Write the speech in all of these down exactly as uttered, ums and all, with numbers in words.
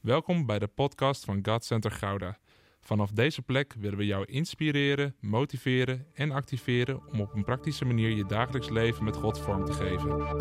Welkom bij de podcast van God Center Gouda. Vanaf deze plek willen we jou inspireren, motiveren en activeren om op een praktische manier je dagelijks leven met God vorm te geven.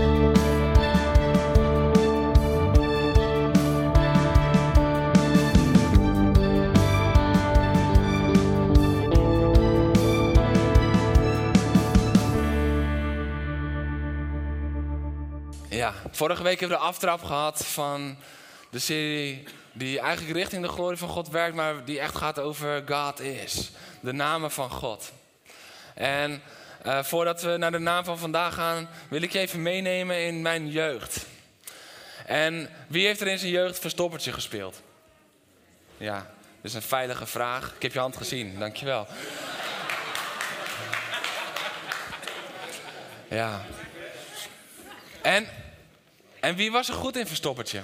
Ja, vorige week hebben we de aftrap gehad van de serie die eigenlijk richting de glorie van God werkt, maar die echt gaat over God is. De namen van God. En uh, voordat we naar de naam van vandaag gaan, wil ik je even meenemen in mijn jeugd. En wie heeft er in zijn jeugd verstoppertje gespeeld? Ja, dat is een veilige vraag. Ik heb je hand gezien, dankjewel. Ja. En, en wie was er goed in verstoppertje?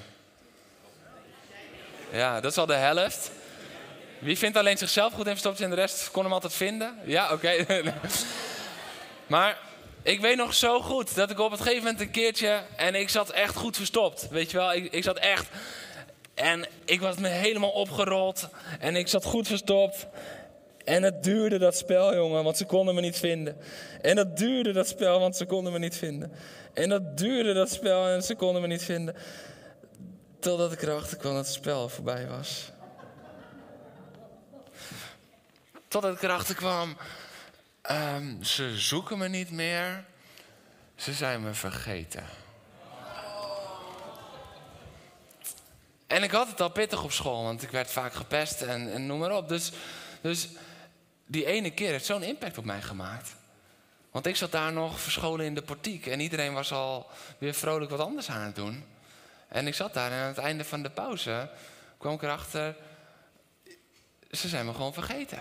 Ja, dat is al de helft. Wie vindt alleen zichzelf goed in verstoppertje en de rest kon hem altijd vinden? Ja, oké. Okay. Maar ik weet nog zo goed dat ik op het gegeven moment een keertje... en ik zat echt goed verstopt, weet je wel. Ik, ik zat echt... En ik was me helemaal opgerold. En ik zat goed verstopt. En het duurde dat spel, jongen, want ze konden me niet vinden. En dat duurde dat spel, want ze konden me niet vinden. En dat duurde dat spel en ze konden me niet vinden. Totdat ik erachter kwam dat het spel voorbij was. Totdat ik erachter kwam, um, ze zoeken me niet meer. Ze zijn me vergeten. En ik had het al pittig op school, want ik werd vaak gepest en, en noem maar op. Dus, dus die ene keer heeft zo'n impact op mij gemaakt. Want ik zat daar nog verscholen in de portiek. En iedereen was al weer vrolijk wat anders aan het doen. En ik zat daar en aan het einde van de pauze kwam ik erachter... Ze zijn me gewoon vergeten.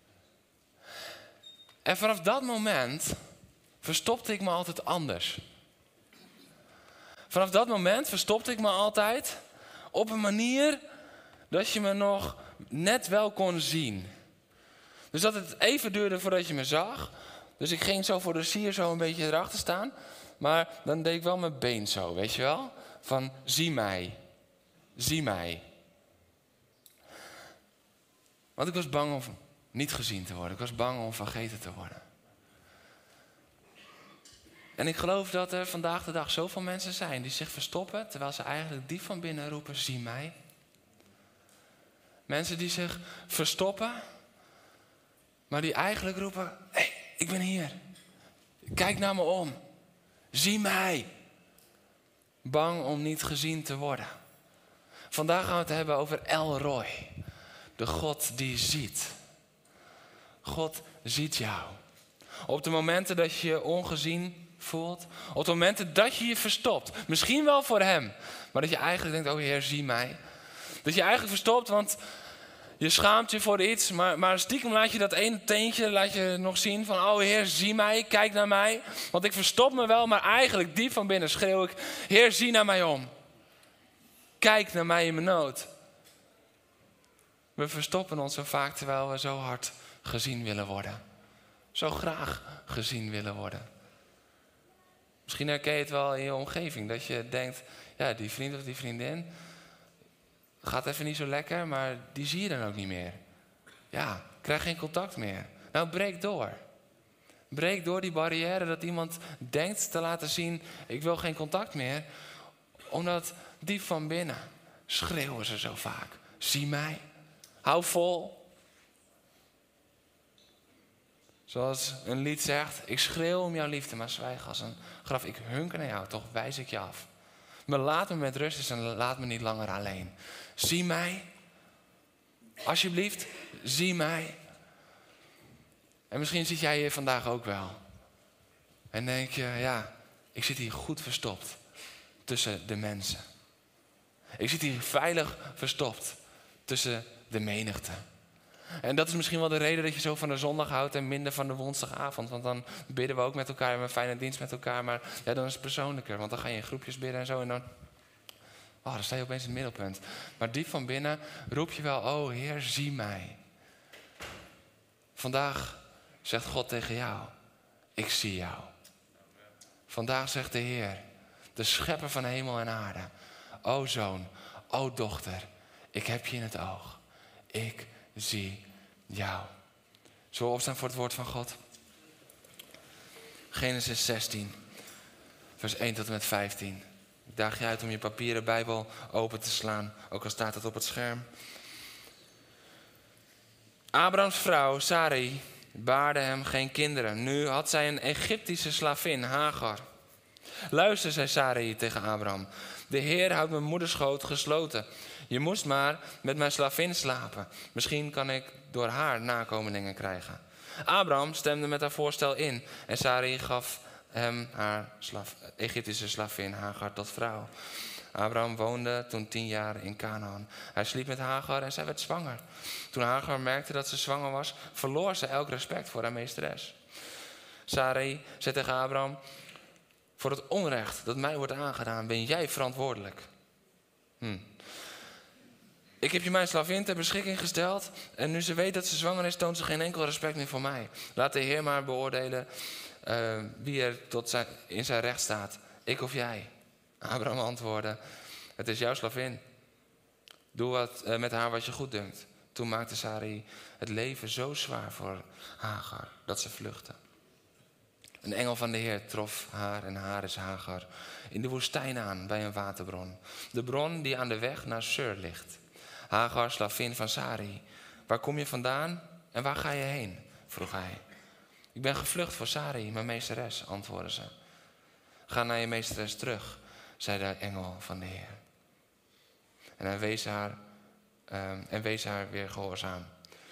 En vanaf dat moment verstopte ik me altijd anders. Vanaf dat moment verstopte ik me altijd op een manier dat je me nog net wel kon zien. Dus dat het even duurde voordat je me zag. Dus ik ging zo voor de sier zo een beetje erachter staan. Maar dan deed ik wel mijn been zo, weet je wel? Van, zie mij. Zie mij. Want ik was bang om niet gezien te worden. Ik was bang om vergeten te worden. En ik geloof dat er vandaag de dag zoveel mensen zijn die zich verstoppen, terwijl ze eigenlijk diep van binnen roepen, zie mij. Mensen die zich verstoppen, maar die eigenlijk roepen, hé, hey, ik ben hier. Kijk naar me om. Zie mij. Bang om niet gezien te worden. Vandaag gaan we het hebben over El Roi. De God die ziet. God ziet jou. Op de momenten dat je je ongezien voelt. Op de momenten dat je je verstopt. Misschien wel voor hem. Maar dat je eigenlijk denkt, oh Heer, zie mij. Dat je eigenlijk verstopt, want je schaamt je voor iets. Maar, maar stiekem laat je dat ene teentje laat je nog zien van, oh Heer, zie mij, kijk naar mij. Want ik verstop me wel, maar eigenlijk diep van binnen schreeuw ik, Heer, zie naar mij om. Kijk naar mij in mijn nood. We verstoppen ons zo vaak terwijl we zo hard gezien willen worden. Zo graag gezien willen worden. Misschien herken je het wel in je omgeving. Dat je denkt, ja, die vriend of die vriendin gaat even niet zo lekker, maar die zie je dan ook niet meer. Ja, krijg geen contact meer. Nou, breek door. Breek door die barrière dat iemand denkt te laten zien, ik wil geen contact meer. Omdat diep van binnen schreeuwen ze zo vaak. Zie mij. Hou vol. Zoals een lied zegt, ik schreeuw om jouw liefde, maar zwijg als een graf. Ik hunker naar jou, toch wijs ik je af. Maar laat me met rust en laat me niet langer alleen. Zie mij. Alsjeblieft, zie mij. En misschien zit jij hier vandaag ook wel. En denk je, ja, ik zit hier goed verstopt tussen de mensen. Ik zit hier veilig verstopt tussen de menigte. En dat is misschien wel de reden dat je zo van de zondag houdt en minder van de woensdagavond. Want dan bidden we ook met elkaar, we hebben een fijne dienst met elkaar. Maar ja, dan is het persoonlijker, want dan ga je in groepjes bidden en zo. En dan, oh, dan sta je opeens in het middelpunt. Maar diep van binnen roep je wel, oh Heer, zie mij. Vandaag zegt God tegen jou, ik zie jou. Vandaag zegt de Heer, de schepper van hemel en aarde. O zoon, O dochter, ik heb je in het oog. Ik zie jou. Zullen we opstaan voor het woord van God? Genesis zestien, vers één tot en met vijftien. Ik daag je uit om je papieren Bijbel open te slaan, ook al staat het op het scherm. Abrahams vrouw, Sarai, baarde hem geen kinderen. Nu had zij een Egyptische slavin, Hagar. Luister, zei Sarai tegen Abraham. De Heer houdt mijn moederschoot gesloten. Je moest maar met mijn slavin slapen. Misschien kan ik door haar nakomelingen krijgen. Abraham stemde met haar voorstel in. En Sarai gaf hem haar slav, Egyptische slavin Hagar tot vrouw. Abraham woonde toen tien jaar in Canaan. Hij sliep met Hagar en zij werd zwanger. Toen Hagar merkte dat ze zwanger was, verloor ze elk respect voor haar meesteres. Sarai zei tegen Abraham: voor het onrecht dat mij wordt aangedaan, ben jij verantwoordelijk. Hm. Ik heb je mijn slavin ter beschikking gesteld. En nu ze weet dat ze zwanger is, toont ze geen enkel respect meer voor mij. Laat de Heer maar beoordelen uh, wie er tot zijn, in zijn recht staat. Ik of jij? Abraham antwoordde: het is jouw slavin. Doe wat, uh, met haar wat je goed dunkt. Toen maakte Sarai het leven zo zwaar voor Hagar dat ze vluchtte. Een engel van de Heer trof haar en haar is Hagar in de woestijn aan bij een waterbron. De bron die aan de weg naar Sur ligt. Hagar, slavin van Sarai. Waar kom je vandaan en waar ga je heen? Vroeg hij. Ik ben gevlucht voor Sarai, mijn meesteres, antwoordde ze. Ga naar je meesteres terug, zei de engel van de Heer. En hij wees haar, uh, en wees haar weer gehoorzaam.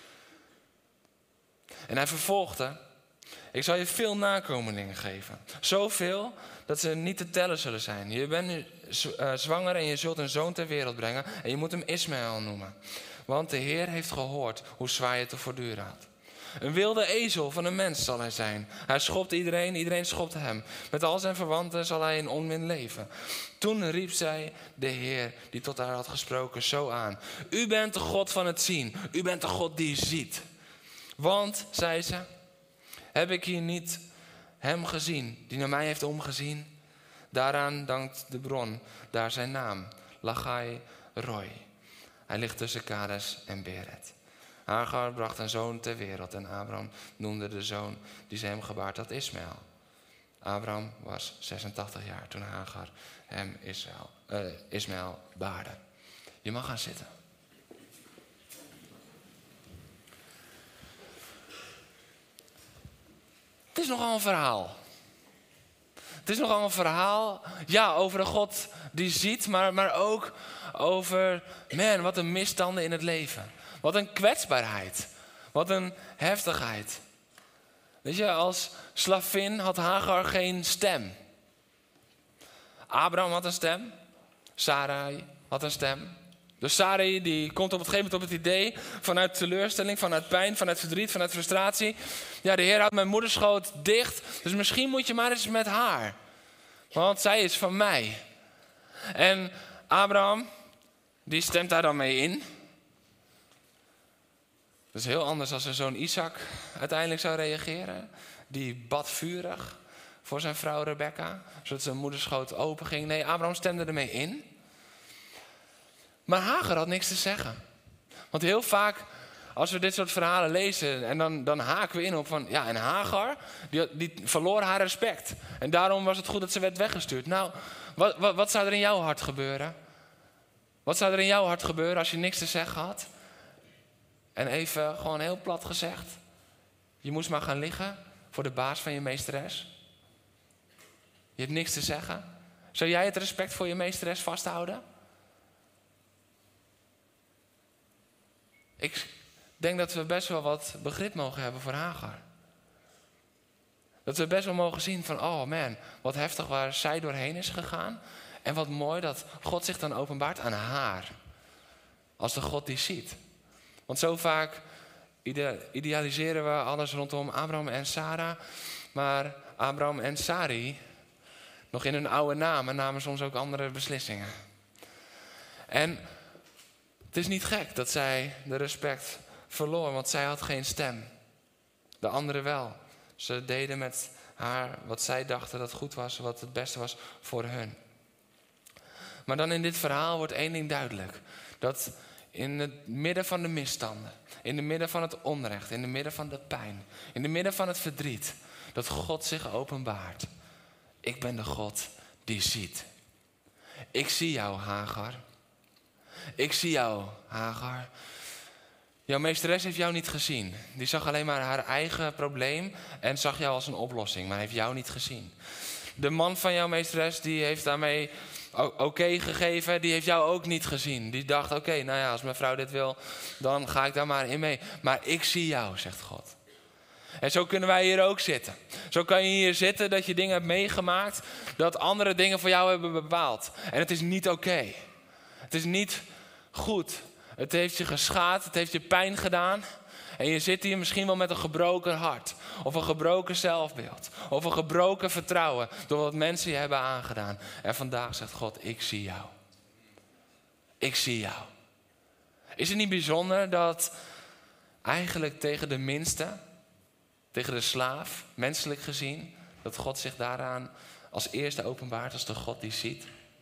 En hij vervolgde: ik zal je veel nakomelingen geven. Zoveel dat ze niet te tellen zullen zijn. Je bent nu uh, zwanger en je zult een zoon ter wereld brengen. En je moet hem Ismaël noemen. Want de Heer heeft gehoord hoe zwaar je te voortduren had. Een wilde ezel van een mens zal hij zijn. Hij schopt iedereen, iedereen schopt hem. Met al zijn verwanten zal hij in onmin leven. Toen riep zij de Heer die tot haar had gesproken zo aan. U bent de God van het zien. U bent de God die ziet. Want, zei ze, heb ik hier niet hem gezien die naar mij heeft omgezien? Daaraan dankt de bron, daar zijn naam, Lachai Roi. Hij ligt tussen Kades en Beret. Hagar bracht een zoon ter wereld en Abraham noemde de zoon die ze hem gebaard had Ismaël. Abraham was zesentachtig jaar toen Hagar hem Israël, uh, Ismaël baarde. Je mag gaan zitten. Het is nogal een verhaal. Het is nogal een verhaal, ja, over een God die ziet, maar, maar ook over, man, wat een misstanden in het leven. Wat een kwetsbaarheid. Wat een heftigheid. Weet je, als slavin had Hagar geen stem. Abraham had een stem. Sarai had een stem. Dus Sarai die komt op een gegeven moment op het idee, vanuit teleurstelling, vanuit pijn, vanuit verdriet, vanuit frustratie. Ja, de Heer houdt mijn moederschoot dicht, dus misschien moet je maar eens met haar. Want zij is van mij. En Abraham, die stemt daar dan mee in. Dat is heel anders als zijn zoon Isaac uiteindelijk zou reageren. Die bad vurig voor zijn vrouw Rebekka, zodat zijn moederschoot open ging. Nee, Abraham stemde ermee in. Maar Hagar had niks te zeggen. Want heel vaak, als we dit soort verhalen lezen, en dan, dan haken we in op van, ja, en Hagar, die, die verloor haar respect. En daarom was het goed dat ze werd weggestuurd. Nou, wat, wat, wat zou er in jouw hart gebeuren? Wat zou er in jouw hart gebeuren als je niks te zeggen had? En even gewoon heel plat gezegd, je moest maar gaan liggen voor de baas van je meesteres. Je hebt niks te zeggen. Zou jij het respect voor je meesteres vasthouden? Ik denk dat we best wel wat begrip mogen hebben voor Hagar. Dat we best wel mogen zien van, oh man, wat heftig waar zij doorheen is gegaan. En wat mooi dat God zich dan openbaart aan haar. Als de God die ziet. Want zo vaak idealiseren we alles rondom Abraham en Sarah. Maar Abraham en Sarai, nog in hun oude namen, namen soms ook andere beslissingen. En het is niet gek dat zij de respect verloor, want zij had geen stem. De anderen wel. Ze deden met haar wat zij dachten dat goed was, wat het beste was voor hun. Maar dan in dit verhaal wordt één ding duidelijk. Dat in het midden van de misstanden, in het midden van het onrecht, in het midden van de pijn, in het midden van het verdriet, dat God zich openbaart. Ik ben de God die ziet. Ik zie jou, Hagar. Ik zie jou, Hagar. Jouw meesteres heeft jou niet gezien. Die zag alleen maar haar eigen probleem en zag jou als een oplossing, maar heeft jou niet gezien. De man van jouw meesteres, die heeft daarmee oké okay gegeven, die heeft jou ook niet gezien. Die dacht, oké, okay, nou ja, als mijn vrouw dit wil, dan ga ik daar maar in mee. Maar ik zie jou, zegt God. En zo kunnen wij hier ook zitten. Zo kan je hier zitten dat je dingen hebt meegemaakt, dat andere dingen voor jou hebben bepaald. En het is niet oké. Okay. Het is niet goed. Het heeft je geschaad, het heeft je pijn gedaan. En je zit hier misschien wel met een gebroken hart. Of een gebroken zelfbeeld. Of een gebroken vertrouwen. Door wat mensen je hebben aangedaan. En vandaag zegt God, ik zie jou. Ik zie jou. Is het niet bijzonder dat eigenlijk tegen de minste, tegen de slaaf, menselijk gezien, dat God zich daaraan als eerste openbaart als de God die ziet?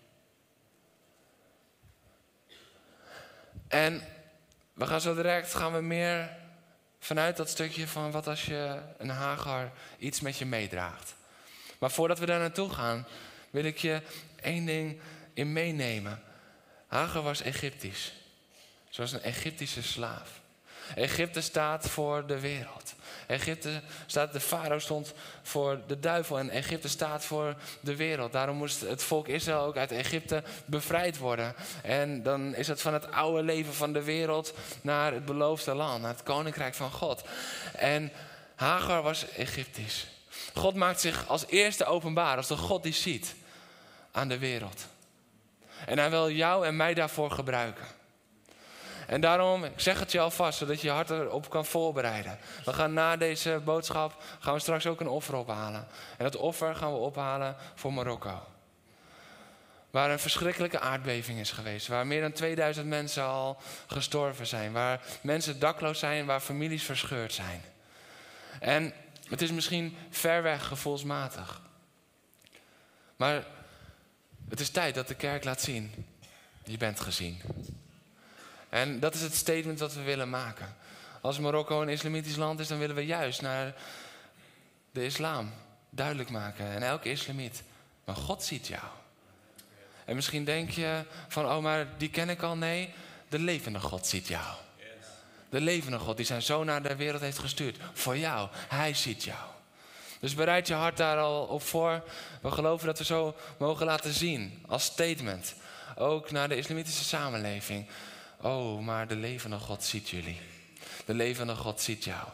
En we gaan zo direct gaan we meer vanuit dat stukje van wat als je een Hagar iets met je meedraagt. Maar voordat we daar naartoe gaan, wil ik je één ding in meenemen. Hagar was Egyptisch. Ze was een Egyptische slaaf. Egypte staat voor de wereld. Egypte staat, de farao stond voor de duivel en Egypte staat voor de wereld. Daarom moest het volk Israël ook uit Egypte bevrijd worden. En dan is het van het oude leven van de wereld naar het beloofde land, naar het koninkrijk van God. En Hagar was Egyptisch. God maakt zich als eerste openbaar, als de God die ziet aan de wereld. En hij wil jou en mij daarvoor gebruiken. En daarom, ik zeg het je alvast, zodat je je hart erop kan voorbereiden. We gaan na deze boodschap, gaan we straks ook een offer ophalen. En dat offer gaan we ophalen voor Marokko. Waar een verschrikkelijke aardbeving is geweest. Waar meer dan tweeduizend mensen al gestorven zijn. Waar mensen dakloos zijn, waar families verscheurd zijn. En het is misschien ver weg gevoelsmatig. Maar het is tijd dat de kerk laat zien, je bent gezien. En dat is het statement dat we willen maken. Als Marokko een islamitisch land is, dan willen we juist naar de islam duidelijk maken. En elke islamiet. Maar God ziet jou. En misschien denk je van, oh maar die ken ik al. Nee, de levende God ziet jou. De levende God die zijn zoon naar de wereld heeft gestuurd. Voor jou, hij ziet jou. Dus bereid je hart daar al op voor. We geloven dat we zo mogen laten zien als statement. Ook naar de islamitische samenleving. Oh, maar de levende God ziet jullie. De levende God ziet jou.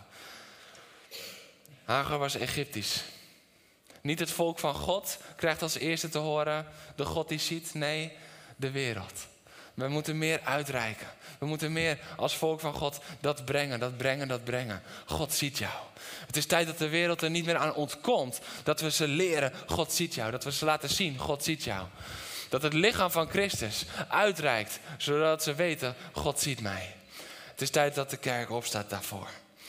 Hagar was Egyptisch. Niet het volk van God krijgt als eerste te horen de God die ziet. Nee, de wereld. We moeten meer uitreiken. We moeten meer als volk van God dat brengen, dat brengen, dat brengen. God ziet jou. Het is tijd dat de wereld er niet meer aan ontkomt. Dat we ze leren, God ziet jou. Dat we ze laten zien, God ziet jou. Dat het lichaam van Christus uitreikt, zodat ze weten, God ziet mij. Het is tijd dat de kerk opstaat daarvoor.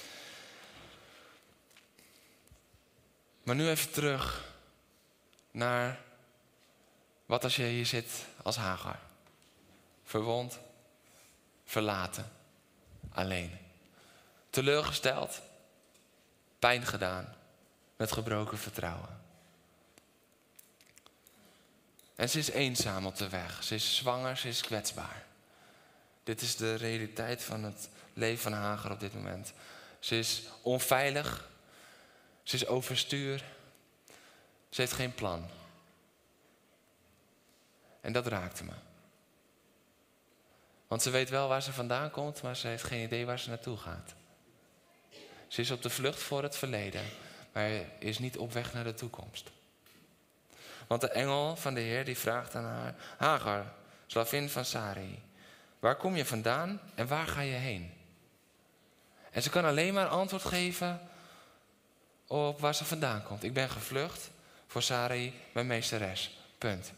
Maar nu even terug naar wat als je hier zit als Hagar. Verwond, verlaten, alleen. Teleurgesteld, pijn gedaan, met gebroken vertrouwen. En ze is eenzaam op de weg. Ze is zwanger, ze is kwetsbaar. Dit is de realiteit van het leven van Hagar op dit moment. Ze is onveilig. Ze is overstuur. Ze heeft geen plan. En dat raakte me. Want ze weet wel waar ze vandaan komt, maar ze heeft geen idee waar ze naartoe gaat. Ze is op de vlucht voor het verleden, maar is niet op weg naar de toekomst. Want de engel van de Heer die vraagt aan haar: Hagar, slavin van Sarai, waar kom je vandaan en waar ga je heen? En ze kan alleen maar antwoord geven op waar ze vandaan komt. Ik ben gevlucht voor Sarai, mijn meesteres. Punt.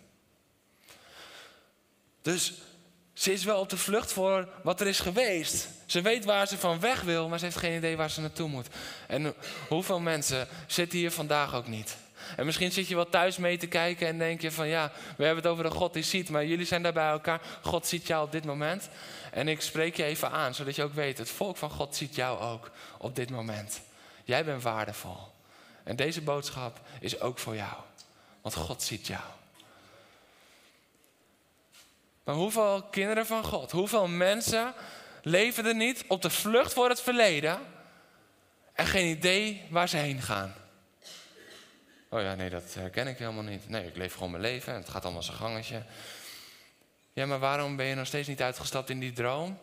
Dus ze is wel op de vlucht voor wat er is geweest. Ze weet waar ze van weg wil, maar ze heeft geen idee waar ze naartoe moet. En hoeveel mensen zitten hier vandaag ook niet? En misschien zit je wel thuis mee te kijken en denk je van ja, we hebben het over een God die ziet. Maar jullie zijn daar bij elkaar. God ziet jou op dit moment. En ik spreek je even aan, zodat je ook weet, het volk van God ziet jou ook op dit moment. Jij bent waardevol. En deze boodschap is ook voor jou. Want God ziet jou. Maar hoeveel kinderen van God, hoeveel mensen leven er niet op de vlucht voor het verleden en geen idee waar ze heen gaan? Oh ja, nee, dat herken ik helemaal niet. Nee, ik leef gewoon mijn leven en het gaat allemaal zijn gangetje. Ja, maar waarom ben je nog steeds niet uitgestapt in die droom?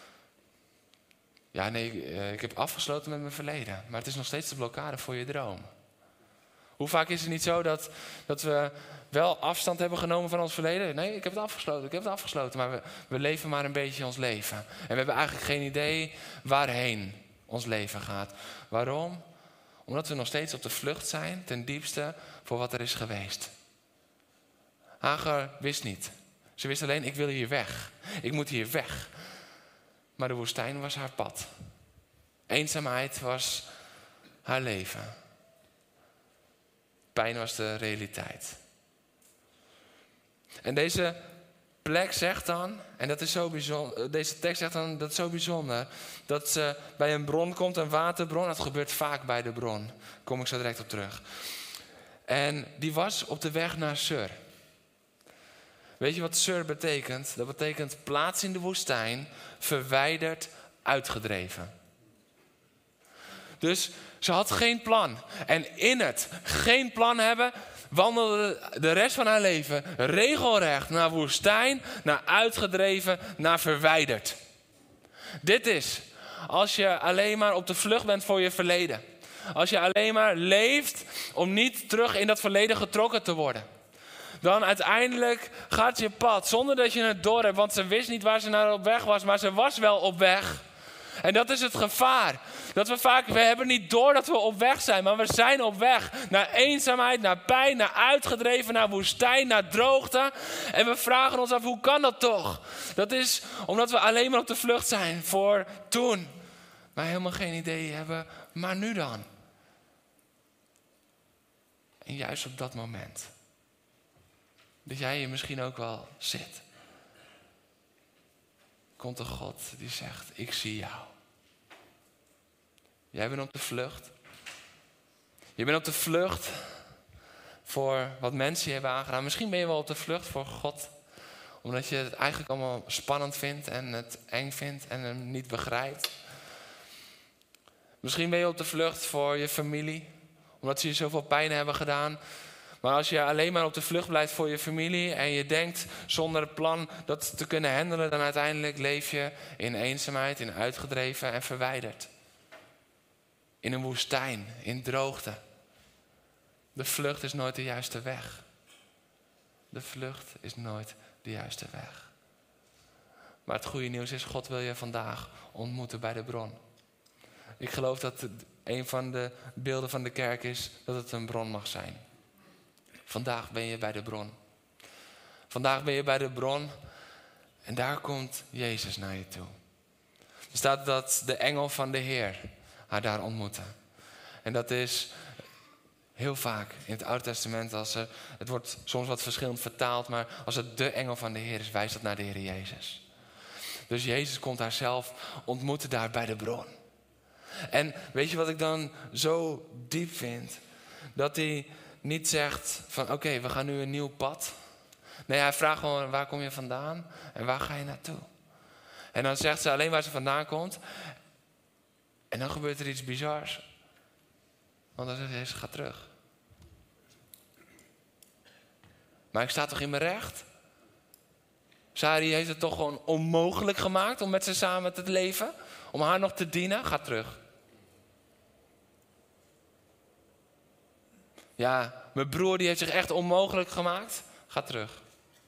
Ja, nee, ik heb afgesloten met mijn verleden. Maar het is nog steeds de blokkade voor je droom. Hoe vaak is het niet zo dat, dat we wel afstand hebben genomen van ons verleden? Nee, ik heb het afgesloten, ik heb het afgesloten. Maar we, we leven maar een beetje ons leven. En we hebben eigenlijk geen idee waarheen ons leven gaat. Waarom? Omdat we nog steeds op de vlucht zijn, ten diepste, voor wat er is geweest. Hagar wist niet. Ze wist alleen, ik wil hier weg. Ik moet hier weg. Maar de woestijn was haar pad. Eenzaamheid was haar leven. Pijn was de realiteit. En deze plek zegt dan, en dat is zo bijzonder, deze tekst zegt dan, dat is zo bijzonder, dat ze bij een bron komt, een waterbron. Dat gebeurt vaak bij de bron. Daar kom ik zo direct op terug. En die was op de weg naar Sur. Weet je wat Sur betekent? Dat betekent plaats in de woestijn, verwijderd, uitgedreven. Dus ze had geen plan. En in het geen plan hebben, wandelde de rest van haar leven regelrecht naar woestijn, naar uitgedreven, naar verwijderd. Dit is als je alleen maar op de vlucht bent voor je verleden. Als je alleen maar leeft om niet terug in dat verleden getrokken te worden. Dan uiteindelijk gaat je pad zonder dat je het door hebt. Want ze wist niet waar ze naar op weg was, maar ze was wel op weg. En dat is het gevaar. Dat we vaak, we hebben niet door dat we op weg zijn. Maar we zijn op weg naar eenzaamheid, naar pijn, naar uitgedreven, naar woestijn, naar droogte. En we vragen ons af, hoe kan dat toch? Dat is omdat we alleen maar op de vlucht zijn voor toen. Maar helemaal geen idee hebben, maar nu dan? En juist op dat moment. Dat jij hier misschien ook wel zit. Komt een God die zegt, ik zie jou. Jij bent op de vlucht. Je bent op de vlucht voor wat mensen je hebben aangedaan. Misschien ben je wel op de vlucht voor God. Omdat je het eigenlijk allemaal spannend vindt en het eng vindt en hem niet begrijpt. Misschien ben je op de vlucht voor je familie. Omdat ze je zoveel pijn hebben gedaan. Maar als je alleen maar op de vlucht blijft voor je familie en je denkt zonder het plan dat te kunnen handelen, dan uiteindelijk leef je in eenzaamheid, in uitgedreven en verwijderd. In een woestijn, in droogte. De vlucht is nooit de juiste weg. De vlucht is nooit de juiste weg. Maar het goede nieuws is, God wil je vandaag ontmoeten bij de bron. Ik geloof dat het een van de beelden van de kerk is dat het een bron mag zijn. Vandaag ben je bij de bron. Vandaag ben je bij de bron en daar komt Jezus naar je toe. Er staat dat de engel van de Heer haar daar ontmoette. En dat is heel vaak in het Oude Testament, als er, het wordt soms wat verschillend vertaald, maar als het de engel van de Heer is, wijst dat naar de Heer Jezus. Dus Jezus komt haar zelf ontmoeten daar bij de bron. En weet je wat ik dan zo diep vind? Dat hij niet zegt van oké, okay, we gaan nu een nieuw pad. Nee, hij vraagt gewoon waar kom je vandaan en waar ga je naartoe? En dan zegt ze alleen waar ze vandaan komt. En dan gebeurt er iets bizars. Want dan zegt Jezus, ga terug. Maar ik sta toch in mijn recht? Sari heeft het toch gewoon onmogelijk gemaakt om met ze samen te leven? Om haar nog te dienen? Ga terug. Ja, mijn broer die heeft zich echt onmogelijk gemaakt. Ga terug.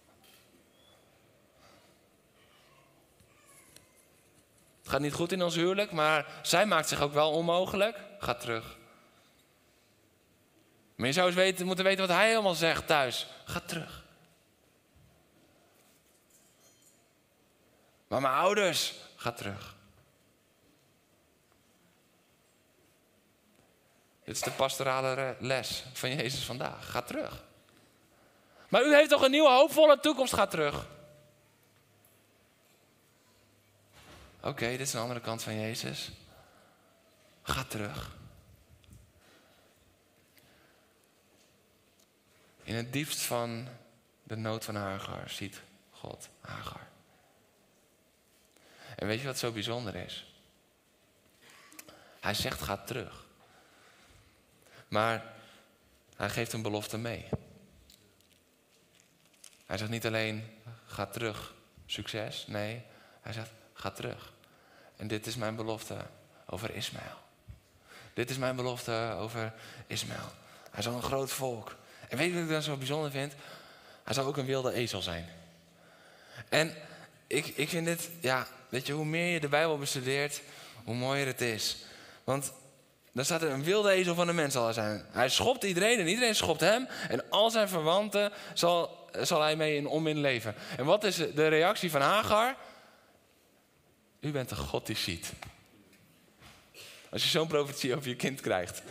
Het gaat niet goed in ons huwelijk, maar zij maakt zich ook wel onmogelijk. Ga terug. Maar je zou eens weten, moeten weten wat hij allemaal zegt thuis. Ga terug. Maar mijn ouders, ga terug. Dit is de pastorale les van Jezus vandaag. Ga terug. Maar u heeft toch een nieuwe hoopvolle toekomst, ga terug. Oké, okay, dit is een andere kant van Jezus. Ga terug. In het diepst van de nood van Hagar ziet God Hagar. En weet je wat zo bijzonder is? Hij zegt ga terug. Maar hij geeft een belofte mee. Hij zegt niet alleen ga terug, succes. Nee, hij zegt ga terug. En dit is mijn belofte over Ismaël. Dit is mijn belofte over Ismaël. Hij zal een groot volk. En weet je wat ik dan zo bijzonder vind? Hij zal ook een wilde ezel zijn. En ik, ik vind dit, ja, weet je, hoe meer je de Bijbel bestudeert, hoe mooier het is. Want dan staat er een wilde ezel van de mens zal er zijn. Hij schopt iedereen en iedereen schopt hem. En al zijn verwanten zal, zal hij mee in onmin leven. En wat is de reactie van Hagar? U bent de God die ziet. Als je zo'n profetie over je kind krijgt.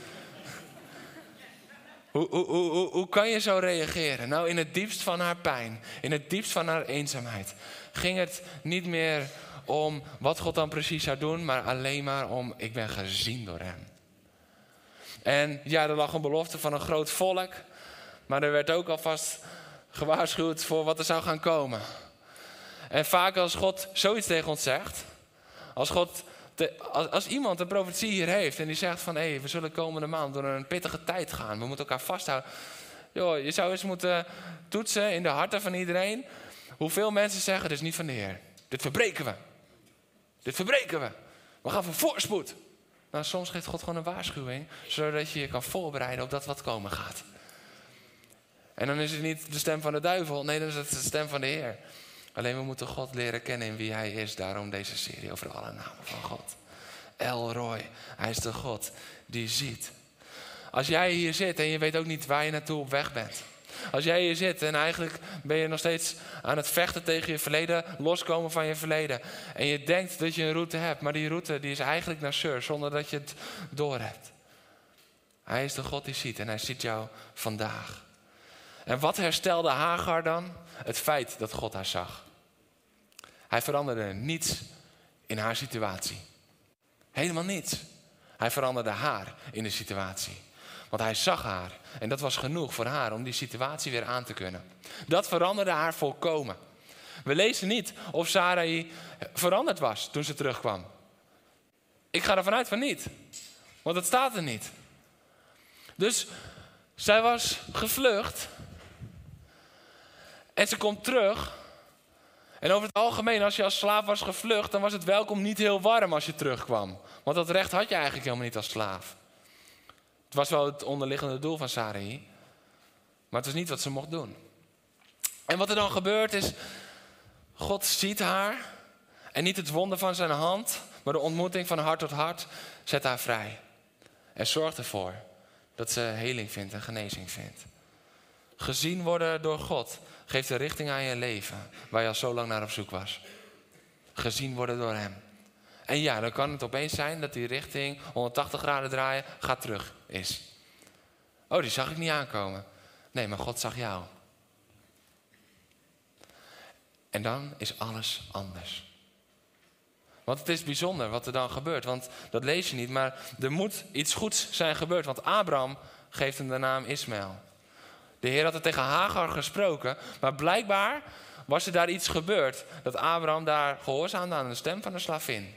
Hoe, hoe, hoe, hoe, hoe kan je zo reageren? Nou, in het diepst van haar pijn, in het diepst van haar eenzaamheid, ging het niet meer om wat God dan precies zou doen, maar alleen maar om, ik ben gezien door hem. En ja, er lag een belofte van een groot volk, maar er werd ook alvast gewaarschuwd voor wat er zou gaan komen. En vaak als God zoiets tegen ons zegt, als God... De, als, als iemand een profetie hier heeft en die zegt van... hé, hey, we zullen komende maand door een pittige tijd gaan. We moeten elkaar vasthouden. Joh, je zou eens moeten toetsen in de harten van iedereen. Hoeveel mensen zeggen, dit is niet van de Heer. Dit verbreken we. Dit verbreken we. We gaan voor voorspoed. Nou, soms geeft God gewoon een waarschuwing. Zodat je je kan voorbereiden op dat wat komen gaat. En dan is het niet de stem van de duivel. Nee, dan is het de stem van de Heer. Alleen we moeten God leren kennen in wie hij is. Daarom deze serie over alle namen van God. El Roi, hij is de God die ziet. Als jij hier zit en je weet ook niet waar je naartoe op weg bent. Als jij hier zit en eigenlijk ben je nog steeds aan het vechten tegen je verleden. Loskomen van je verleden. En je denkt dat je een route hebt. Maar die route die is eigenlijk naar Sur zonder dat je het doorhebt. Hij is de God die ziet en hij ziet jou vandaag. En wat herstelde Hagar dan? Het feit dat God haar zag. Hij veranderde niets in haar situatie. Helemaal niets. Hij veranderde haar in de situatie. Want hij zag haar. En dat was genoeg voor haar om die situatie weer aan te kunnen. Dat veranderde haar volkomen. We lezen niet of Sarai veranderd was toen ze terugkwam. Ik ga ervan uit van niet. Want het staat er niet. Dus zij was gevlucht. En ze komt terug. En over het algemeen, als je als slaaf was gevlucht, dan was het welkom niet heel warm als je terugkwam. Want dat recht had je eigenlijk helemaal niet als slaaf. Het was wel het onderliggende doel van Sarai. Maar het was niet wat ze mocht doen. En wat er dan gebeurt is, God ziet haar. En niet het wonder van zijn hand, maar de ontmoeting van hart tot hart zet haar vrij. En zorgt ervoor dat ze heling vindt en genezing vindt. Gezien worden door God geeft een richting aan je leven waar je al zo lang naar op zoek was. Gezien worden door hem. En ja, dan kan het opeens zijn dat die richting honderdtachtig graden draaien, gaat terug is. Oh, die zag ik niet aankomen. Nee, maar God zag jou. En dan is alles anders. Want het is bijzonder wat er dan gebeurt. Want dat lees je niet, maar er moet iets goeds zijn gebeurd. Want Abraham geeft hem de naam Ismaël. De Heer had het tegen Hagar gesproken. Maar blijkbaar was er daar iets gebeurd. Dat Abraham daar gehoorzaamde aan de stem van de slavin.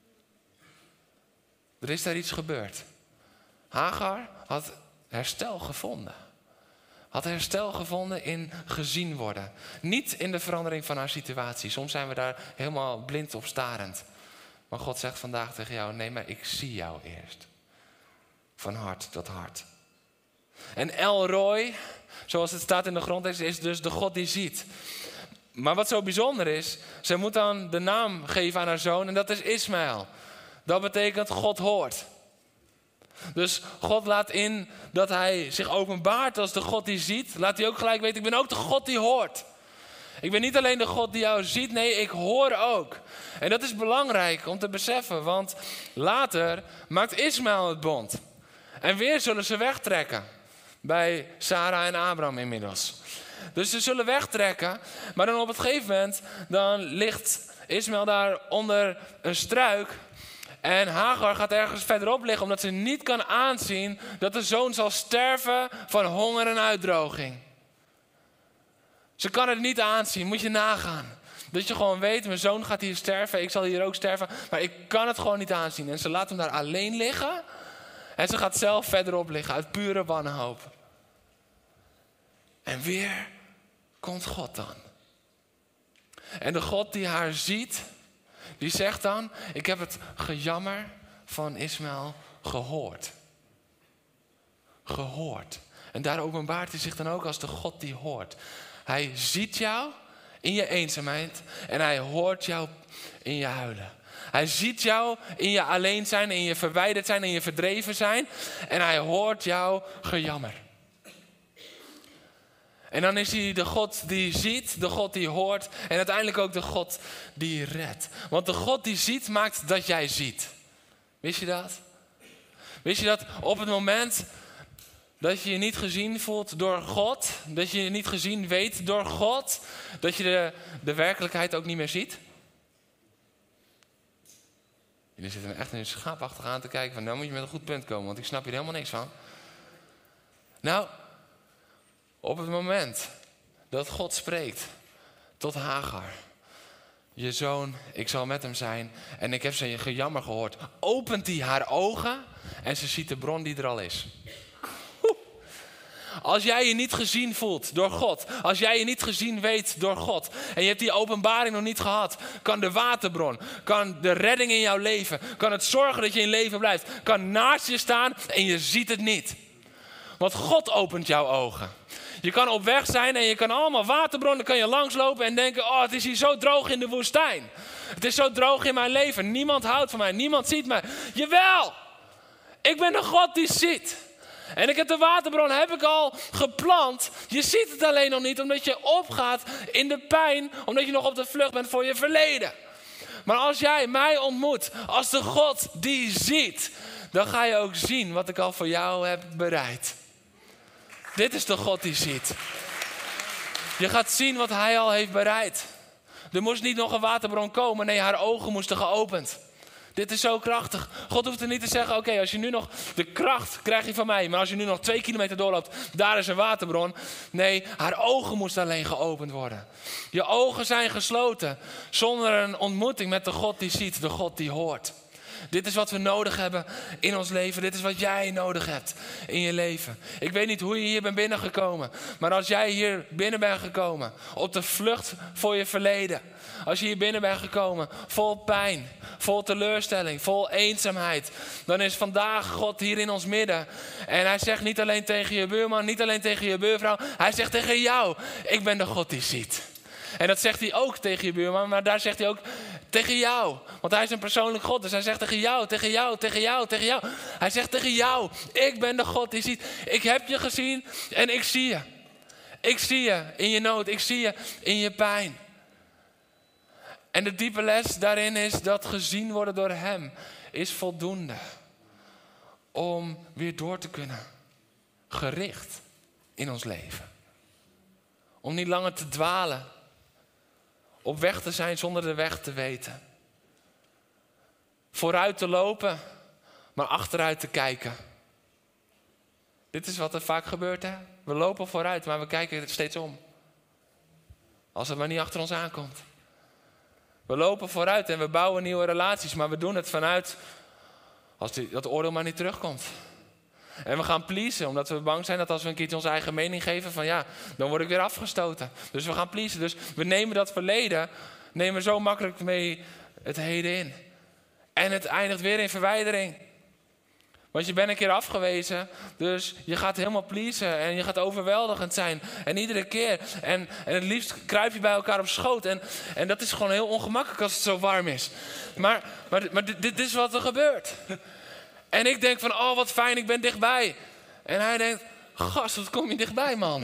Er is daar iets gebeurd. Hagar had herstel gevonden. Had herstel gevonden in gezien worden. Niet in de verandering van haar situatie. Soms zijn we daar helemaal blind op starend. Maar God zegt vandaag tegen jou, nee, maar ik zie jou eerst. Van hart tot hart. En El Roi, zoals het staat in de grondtekst, is dus de God die ziet. Maar wat zo bijzonder is, zij moet dan de naam geven aan haar zoon en dat is Ismaël. Dat betekent God hoort. Dus God laat in dat hij zich openbaart als de God die ziet. Laat hij ook gelijk weten, ik ben ook de God die hoort. Ik ben niet alleen de God die jou ziet, nee, ik hoor ook. En dat is belangrijk om te beseffen, want later maakt Ismaël het bond. En weer zullen ze wegtrekken. Bij Sarah en Abraham inmiddels. Dus ze zullen wegtrekken. Maar dan op het gegeven moment, dan ligt Ismaël daar onder een struik. En Hagar gaat ergens verderop liggen, omdat ze niet kan aanzien dat de zoon zal sterven van honger en uitdroging. Ze kan het niet aanzien, moet je nagaan. Dat je gewoon weet, mijn zoon gaat hier sterven, ik zal hier ook sterven. Maar ik kan het gewoon niet aanzien. En ze laat hem daar alleen liggen. En ze gaat zelf verderop liggen, uit pure wanhoop. En weer komt God dan. En de God die haar ziet, die zegt dan, ik heb het gejammer van Ismaël gehoord. Gehoord. En daar openbaart hij zich dan ook als de God die hoort. Hij ziet jou in je eenzaamheid en hij hoort jou in je huilen. Hij ziet jou in je alleen zijn, in je verwijderd zijn, in je verdreven zijn. En hij hoort jouw gejammer. En dan is hij de God die ziet, de God die hoort en uiteindelijk ook de God die redt. Want de God die ziet maakt dat jij ziet. Wist je dat? Wist je dat op het moment dat je je niet gezien voelt door God, dat je je niet gezien weet door God, dat je de, de werkelijkheid ook niet meer ziet? Jullie zitten echt een schaapachtig aan te kijken van nou moet je met een goed punt komen, want ik snap hier helemaal niks van. Nou, op het moment dat God spreekt tot Hagar, je zoon, ik zal met hem zijn en ik heb zijn gejammer gehoord, opent hij haar ogen en ze ziet de bron die er al is. Als jij je niet gezien voelt door God, als jij je niet gezien weet door God en je hebt die openbaring nog niet gehad, kan de waterbron, kan de redding in jouw leven, kan het zorgen dat je in leven blijft, kan naast je staan en je ziet het niet. Want God opent jouw ogen. Je kan op weg zijn en je kan allemaal waterbronnen, kan je langslopen en denken, oh het is hier zo droog in de woestijn. Het is zo droog in mijn leven, niemand houdt van mij, niemand ziet mij. Jawel, ik ben de God die ziet. En ik heb de waterbron heb ik al geplant. Je ziet het alleen nog niet omdat je opgaat in de pijn. Omdat je nog op de vlucht bent voor je verleden. Maar als jij mij ontmoet als de God die ziet, dan ga je ook zien wat ik al voor jou heb bereid. Dit is de God die ziet. Je gaat zien wat hij al heeft bereid. Er moest niet nog een waterbron komen. Nee, haar ogen moesten geopend. Dit is zo krachtig. God hoeft er niet te zeggen, oké, okay, als je nu nog de kracht krijg je van mij. Maar als je nu nog twee kilometer doorloopt, daar is een waterbron. Nee, haar ogen moesten alleen geopend worden. Je ogen zijn gesloten. Zonder een ontmoeting met de God die ziet, de God die hoort. Dit is wat we nodig hebben in ons leven. Dit is wat jij nodig hebt in je leven. Ik weet niet hoe je hier bent binnengekomen. Maar als jij hier binnen bent gekomen, op de vlucht voor je verleden. Als je hier binnen bent gekomen, vol pijn, vol teleurstelling, vol eenzaamheid. Dan is vandaag God hier in ons midden. En hij zegt niet alleen tegen je buurman, niet alleen tegen je buurvrouw. Hij zegt tegen jou, ik ben de God die ziet. En dat zegt hij ook tegen je buurman, maar daar zegt hij ook tegen jou. Want hij is een persoonlijk God, dus hij zegt tegen jou, tegen jou, tegen jou, tegen jou. Hij zegt tegen jou, ik ben de God die ziet. Ik heb je gezien en ik zie je. Ik zie je in je nood, ik zie je in je pijn. En de diepe les daarin is dat gezien worden door hem is voldoende. Om weer door te kunnen. Gericht in ons leven. Om niet langer te dwalen. Op weg te zijn zonder de weg te weten. Vooruit te lopen, maar achteruit te kijken. Dit is wat er vaak gebeurt, hè? We lopen vooruit, maar we kijken steeds om. Als het maar niet achter ons aankomt. We lopen vooruit en we bouwen nieuwe relaties, maar we doen het vanuit als die, dat oordeel maar niet terugkomt. En we gaan pleasen, omdat we bang zijn dat als we een keertje onze eigen mening geven, van ja, dan word ik weer afgestoten. Dus we gaan pleasen. Dus we nemen dat verleden, nemen zo makkelijk mee het heden in. En het eindigt weer in verwijdering. Want je bent een keer afgewezen, dus je gaat helemaal pleasen en je gaat overweldigend zijn. En iedere keer. En, en het liefst kruip je bij elkaar op schoot. En, en dat is gewoon heel ongemakkelijk als het zo warm is. Maar, maar, maar dit, dit is wat er gebeurt. En ik denk van, oh wat fijn, ik ben dichtbij. En hij denkt, gast, wat kom je dichtbij, man.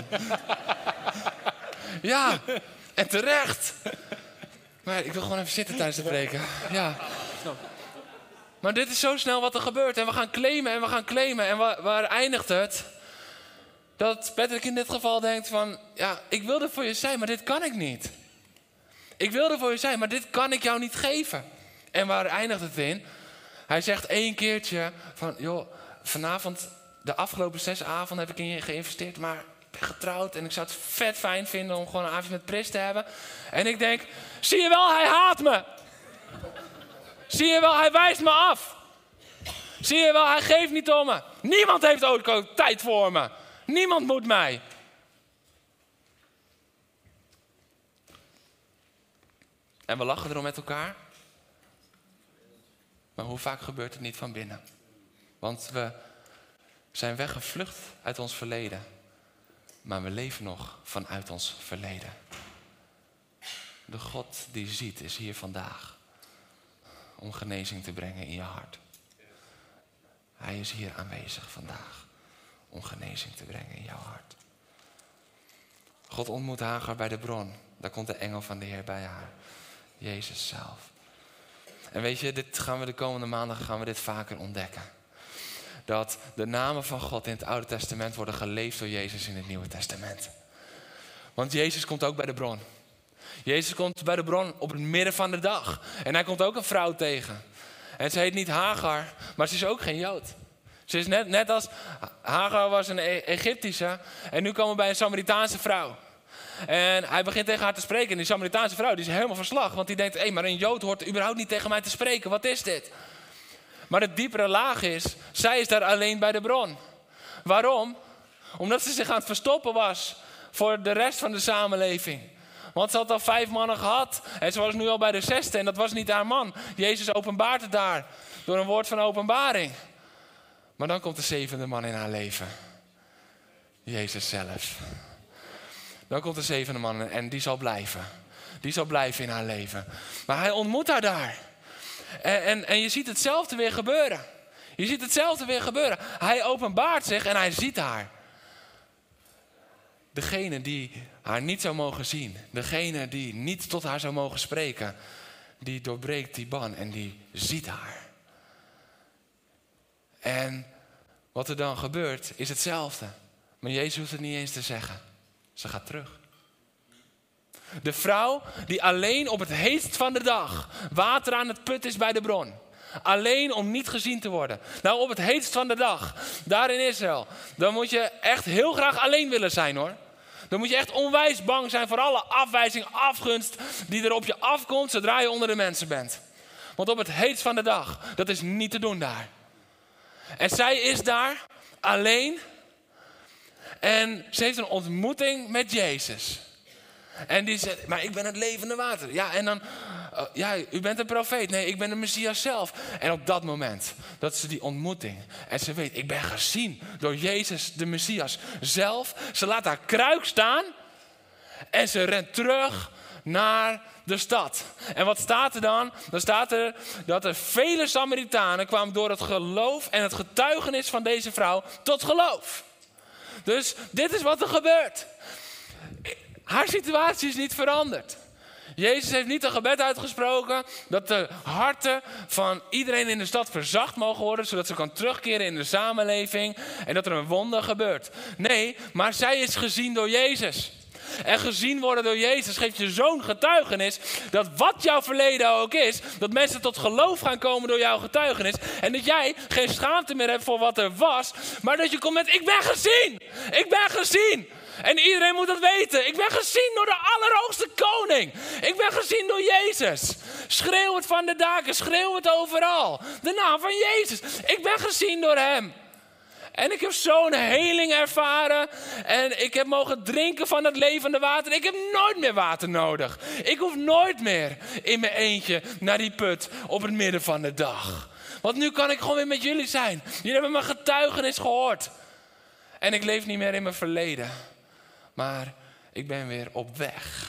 Ja, en terecht. Maar ik wil gewoon even zitten tijdens het preken. Ja. Maar dit is zo snel wat er gebeurt. En we gaan claimen en we gaan claimen. En waar, waar eindigt het? Dat Patrick in dit geval denkt van... ja, ik wil er voor je zijn, maar dit kan ik niet. Ik wil er voor je zijn, maar dit kan ik jou niet geven. En waar eindigt het in? Hij zegt één keertje van... joh, vanavond, de afgelopen zes avonden heb ik in je geïnvesteerd... maar ik ben getrouwd en ik zou het vet fijn vinden... om gewoon een avond met Pris te hebben. En ik denk, zie je wel, hij haat me. Zie je wel, hij wijst me af. Zie je wel, hij geeft niet om me. Niemand heeft ook tijd voor me. Niemand moet mij. En we lachen erom met elkaar. Maar hoe vaak gebeurt het niet van binnen? Want we zijn weggevlucht uit ons verleden. Maar we leven nog vanuit ons verleden. De God die ziet is hier vandaag. Om genezing te brengen in je hart. Hij is hier aanwezig vandaag. Om genezing te brengen in jouw hart. God ontmoet Hagar bij de bron. Daar komt de engel van de Heer bij haar. Jezus zelf. En weet je, dit gaan we de komende maanden gaan we dit vaker ontdekken. Dat de namen van God in het Oude Testament worden geleefd door Jezus in het Nieuwe Testament. Want Jezus komt ook bij de bron. Jezus komt bij de bron op het midden van de dag. En hij komt ook een vrouw tegen. En ze heet niet Hagar, maar ze is ook geen Jood. Ze is net, net als Hagar was een e- Egyptische. En nu komen we bij een Samaritaanse vrouw. En hij begint tegen haar te spreken. En die Samaritaanse vrouw die is helemaal verslag. Want die denkt, hé, hey, maar een Jood hoort überhaupt niet tegen mij te spreken. Wat is dit? Maar de diepere laag is, zij is daar alleen bij de bron. Waarom? Omdat ze zich aan het verstoppen was voor de rest van de samenleving. Want ze had al vijf mannen gehad. En ze was nu al bij de zesde. En dat was niet haar man. Jezus openbaart het daar. Door een woord van openbaring. Maar dan komt de zevende man in haar leven. Jezus zelf. Dan komt de zevende man en die zal blijven. Die zal blijven in haar leven. Maar hij ontmoet haar daar. En, en, en je ziet hetzelfde weer gebeuren. Je ziet hetzelfde weer gebeuren. Hij openbaart zich en hij ziet haar. Degene die haar niet zou mogen zien. Degene die niet tot haar zou mogen spreken. Die doorbreekt die ban en die ziet haar. En wat er dan gebeurt is hetzelfde. Maar Jezus hoeft het niet eens te zeggen. Ze gaat terug. De vrouw die alleen op het heetst van de dag water aan het put is bij de bron. Alleen om niet gezien te worden. Nou, op het heetst van de dag, daar in Israël, dan moet je echt heel graag alleen willen zijn hoor. Dan moet je echt onwijs bang zijn voor alle afwijzing, afgunst die er op je afkomt zodra je onder de mensen bent. Want op het heetst van de dag, dat is niet te doen daar. En zij is daar alleen. En ze heeft een ontmoeting met Jezus. En die zegt, maar ik ben het levende water. Ja, en dan, uh, ja, u bent een profeet. Nee, ik ben de Messias zelf. En op dat moment, dat is die ontmoeting. En ze weet, ik ben gezien door Jezus, de Messias zelf. Ze laat haar kruik staan. En ze rent terug naar de stad. En wat staat er dan? Dan staat er dat er vele Samaritanen kwamen door het geloof en het getuigenis van deze vrouw tot geloof. Dus dit is wat er gebeurt. Haar situatie is niet veranderd. Jezus heeft niet een gebed uitgesproken dat de harten van iedereen in de stad verzacht mogen worden, zodat ze kan terugkeren in de samenleving en dat er een wonder gebeurt. Nee, maar zij is gezien door Jezus. En gezien worden door Jezus geeft je zo'n getuigenis dat wat jouw verleden ook is, dat mensen tot geloof gaan komen door jouw getuigenis. En dat jij geen schaamte meer hebt voor wat er was, maar dat je komt met, ik ben gezien, ik ben gezien. En iedereen moet dat weten. Ik ben gezien door de Allerhoogste Koning. Ik ben gezien door Jezus. Schreeuw het van de daken, schreeuw het overal. De naam van Jezus. Ik ben gezien door hem. En ik heb zo'n heling ervaren. En ik heb mogen drinken van het levende water. Ik heb nooit meer water nodig. Ik hoef nooit meer in mijn eentje naar die put op het midden van de dag. Want nu kan ik gewoon weer met jullie zijn. Jullie hebben mijn getuigenis gehoord. En ik leef niet meer in mijn verleden. Maar ik ben weer op weg.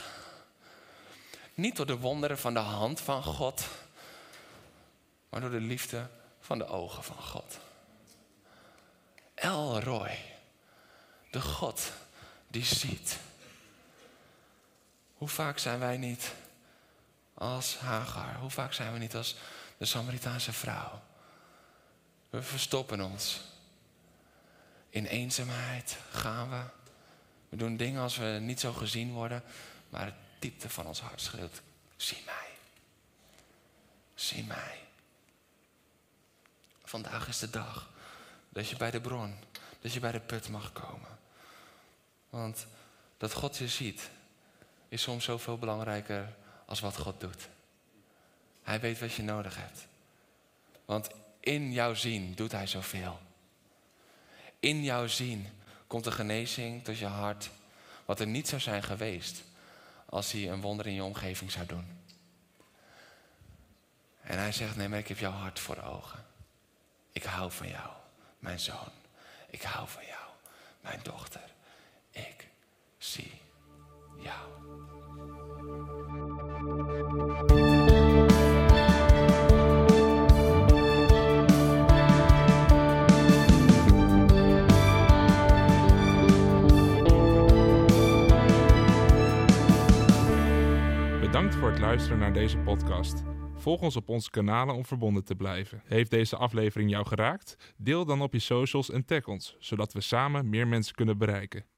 Niet door de wonderen van de hand van God. Maar door de liefde van de ogen van God. El Roi. De God die ziet. Hoe vaak zijn wij niet als Hagar? Hoe vaak zijn we niet als de Samaritaanse vrouw? We verstoppen ons. In eenzaamheid gaan we. We doen dingen als we niet zo gezien worden. Maar het diepte van ons hart schreeuwt, zie mij. Zie mij. Vandaag is de dag dat je bij de bron, dat je bij de put mag komen. Want dat God je ziet, is soms zoveel belangrijker als wat God doet. Hij weet wat je nodig hebt. Want in jouw zien doet hij zoveel. In jouw zien komt de genezing tot je hart, wat er niet zou zijn geweest als hij een wonder in je omgeving zou doen. En hij zegt, nee, maar ik heb jouw hart voor ogen. Ik hou van jou, mijn zoon. Ik hou van jou, mijn dochter. Ik zie jou. Bedankt voor het luisteren naar deze podcast. Volg ons op onze kanalen om verbonden te blijven. Heeft deze aflevering jou geraakt? Deel dan op je socials en tag ons, zodat we samen meer mensen kunnen bereiken.